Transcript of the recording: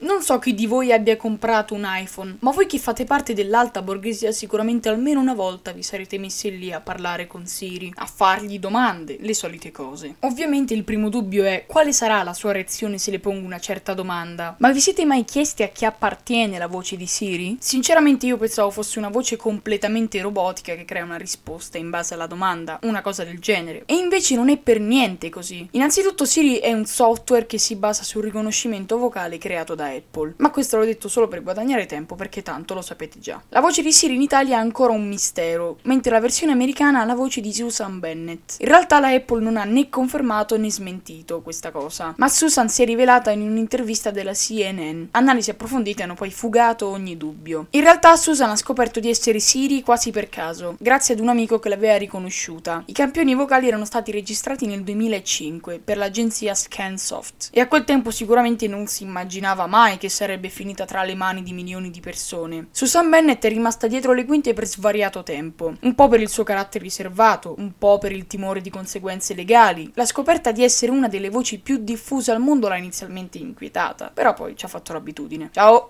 Non so chi di voi abbia comprato un iPhone, ma voi che fate parte dell'alta borghesia sicuramente almeno una volta vi sarete messi lì a parlare con Siri, a fargli domande, le solite cose. Ovviamente il primo dubbio è quale sarà la sua reazione se le pongo una certa domanda. Ma vi siete mai chiesti a chi appartiene la voce di Siri? Sinceramente io pensavo fosse una voce completamente robotica che crea una risposta in base alla domanda, una cosa del genere. E invece non è per niente così. Innanzitutto Siri è un software che si basa sul riconoscimento vocale creato da Apple, ma questo l'ho detto solo per guadagnare tempo perché tanto lo sapete già. La voce di Siri in Italia è ancora un mistero, mentre la versione americana ha la voce di Susan Bennett. In realtà la Apple non ha né confermato né smentito questa cosa, ma Susan si è rivelata in un'intervista della CNN. Analisi approfondite hanno poi fugato ogni dubbio. In realtà Susan ha scoperto di essere Siri quasi per caso, grazie ad un amico che l'aveva riconosciuta. I campioni vocali erano stati registrati nel 2005 per l'agenzia Scansoft e a quel tempo sicuramente non si immaginava mai che sarebbe finita tra le mani di milioni di persone. Susan Bennett è rimasta dietro le quinte per svariato tempo, un po' per il suo carattere riservato, un po' per il timore di conseguenze legali. La scoperta di essere una delle voci più diffuse al mondo l'ha inizialmente inquietata, però poi ci ha fatto l'abitudine. Ciao!